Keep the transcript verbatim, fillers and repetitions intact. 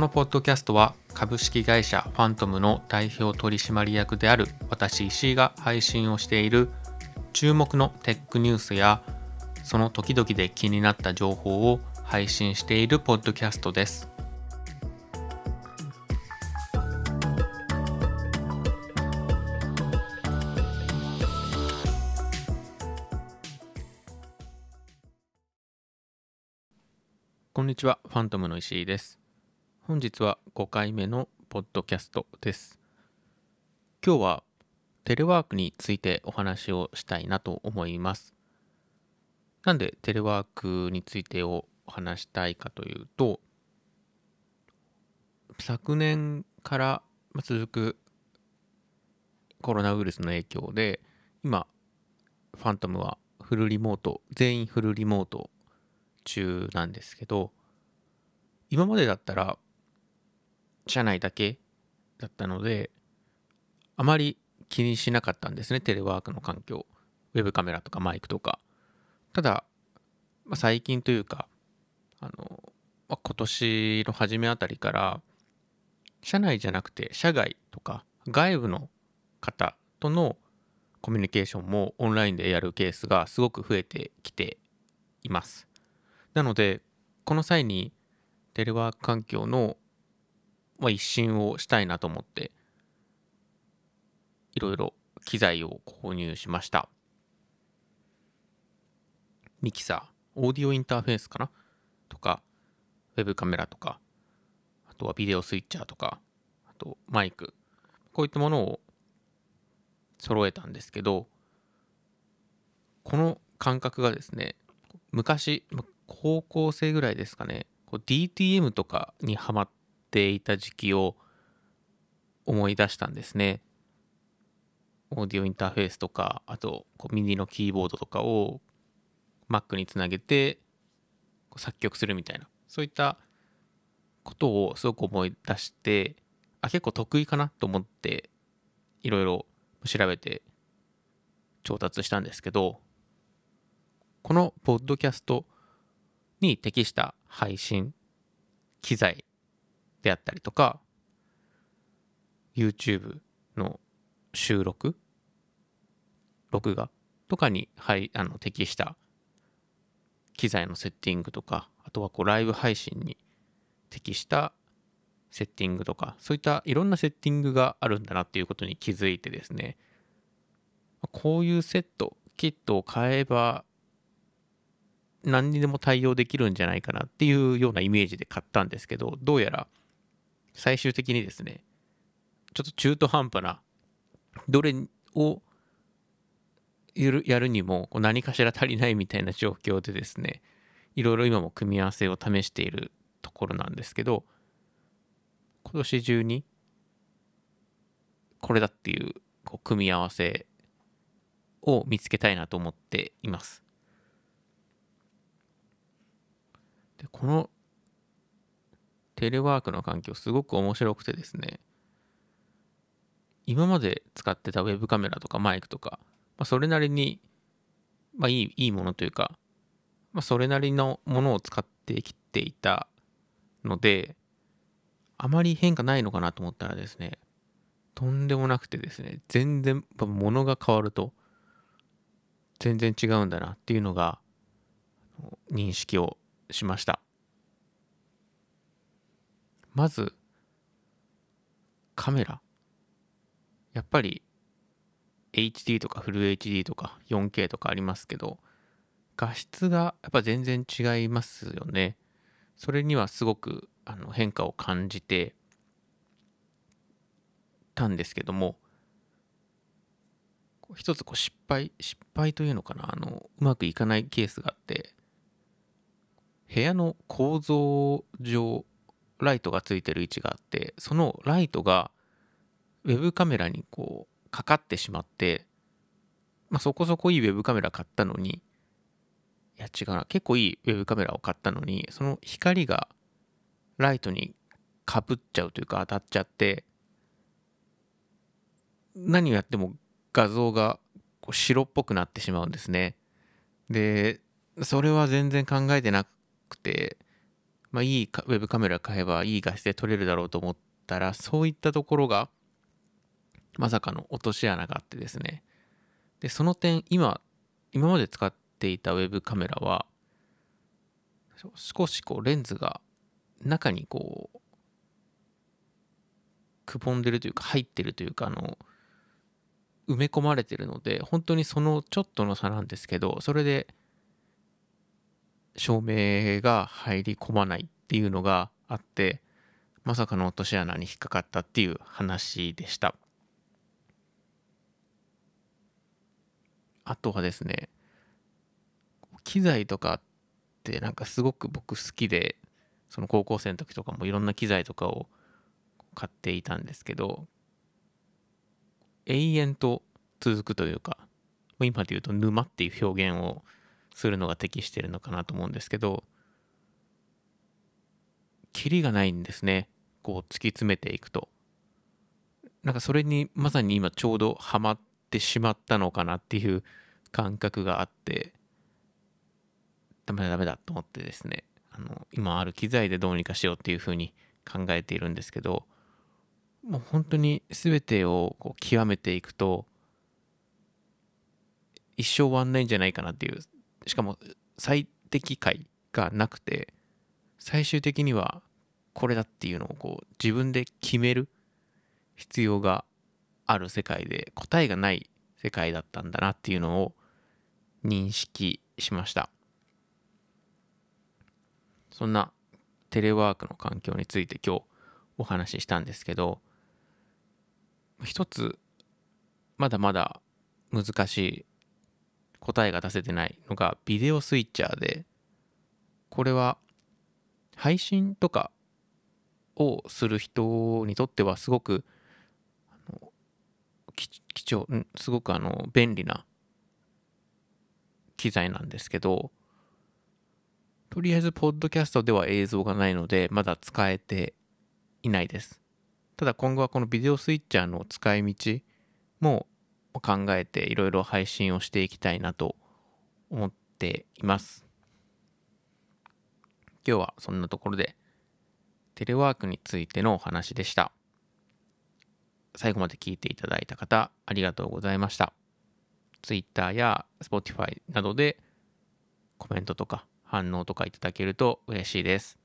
のポッドキャストは株式会社ファントムの代表取締役である私石井が配信をしている注目のテックニュースやその時々で気になった情報を配信しているポッドキャストです。こんにちは、ファントムの石井です。本日はごかいめのポッドキャストです。今日はテレワークについてお話をしたいなと思います。なんでテレワークについてをお話したいかというと、昨年から続くコロナウイルスの影響で、今、ファントムはフルリモート、全員フルリモート中なんですけど、今までだったら社内だけだったのであまり気にしなかったんですね、テレワークの環境、ウェブカメラとかマイクとか。ただ、まあ、最近というかあの、まあ、今年の初めあたりから社内じゃなくて社外とか外部の方とのコミュニケーションもオンラインでやるケースがすごく増えてきています。なのでこの際にテレワーク環境の、まあ、一新をしたいなと思っていろいろ機材を購入しました。ミキサー、オーディオインターフェースかなとか、ウェブカメラとか、あとはビデオスイッチャーとか、あとマイク、こういったものを揃えたんですけど、この感覚がですね、昔、高校生ぐらいですかね、ディーティーエム とかにハマっていた時期を思い出したんですね。オーディオインターフェースとか、あとこうミニのキーボードとかを Mac につなげてこう作曲するみたいな、そういったことをすごく思い出して、あ、結構得意かなと思っていろいろ調べて調達したんですけど、このポッドキャストに適した配信機材であったりとか YouTube の収録録画とかに、はい、あの適した機材のセッティングとか、あとはこうライブ配信に適したセッティングとか、そういったいろんなセッティングがあるんだなっていうことに気づいてですね、こういうセットキットを買えば何にでも対応できるんじゃないかなっていうようなイメージで買ったんですけど、どうやら最終的にですね、ちょっと中途半端な、どれをやるにも何かしら足りないみたいな状況でですね、いろいろ今も組み合わせを試しているところなんですけど、今年中にこれだっていう、こう組み合わせを見つけたいなと思っています。で、このテレワークの環境すごく面白くてですね、今まで使ってたウェブカメラとかマイクとか、まあ、それなりに、まあ、いい、いいものというか、まあ、それなりのものを使ってきていたので、あまり変化ないのかなと思ったらですね、とんでもなくてですね、全然物が変わると全然違うんだなっていうのが認識をしました。まずカメラ、やっぱり エイチディー とかフル エイチディー とか よんケー とかありますけど、画質がやっぱ全然違いますよね。それにはすごくあの変化を感じてたんですけども、一つこう失敗失敗というのかな、あのうまくいかないケースがあって、部屋の構造上ライトがついてる位置があって、そのライトがウェブカメラにこうかかってしまって、まあ、そこそこいいウェブカメラ買ったのに、いや違うな、結構いいウェブカメラを買ったのに、その光がライトにかぶっちゃうというか当たっちゃって、何をやっても画像がこう白っぽくなってしまうんですね。で、それは全然考えてなくて、 まあ、いいかウェブカメラ買えばいい画質で撮れるだろうと思ったら、そういったところがまさかの落とし穴があってですね。で、その点、今、今まで使っていたウェブカメラは、少しこうレンズが中にこう、くぼんでるというか入ってるというか、あの、埋め込まれてるので、本当にそのちょっとの差なんですけど、それで照明が入り込まないっていうのがあって、まさかの落とし穴に引っかかったっていう話でした。あとはですね、機材とかってなんかすごく僕好きで、その高校生の時とかもいろんな機材とかを買っていたんですけど、永遠と続くというか、今で言うと沼っていう表現をするのが適しているのかなと思うんですけど、キリがないんですね。こう突き詰めていくと。なんかそれにまさに今ちょうどハマってしまったのかなっていう感覚があって、ダメだダメだと思ってですね、あの、今ある機材でどうにかしようっていうふうに考えているんですけど、もう本当に全てをこう極めていくと、一生終わんないんじゃないかなっていう、しかも最適解がなくて、最終的にはこれだっていうのをこう自分で決める必要がある世界で、答えがない世界だったんだなっていうのを認識しました。そんなテレワークの環境について今日お話ししたんですけど、一つまだまだ難しい、答えが出せてないのがビデオスイッチャーで、これは配信とかをする人にとってはすごく貴重、すごくあの便利な機材なんですけど、とりあえずポッドキャストでは映像がないのでまだ使えていないです。ただ今後はこのビデオスイッチャーの使い道も考えていろいろ配信をしていきたいなと思っています。今日はそんなところでテレワークについてのお話でした。最後まで聞いていただいた方ありがとうございました。Twitter や Spotify などでコメントとか反応とかいただけると嬉しいです。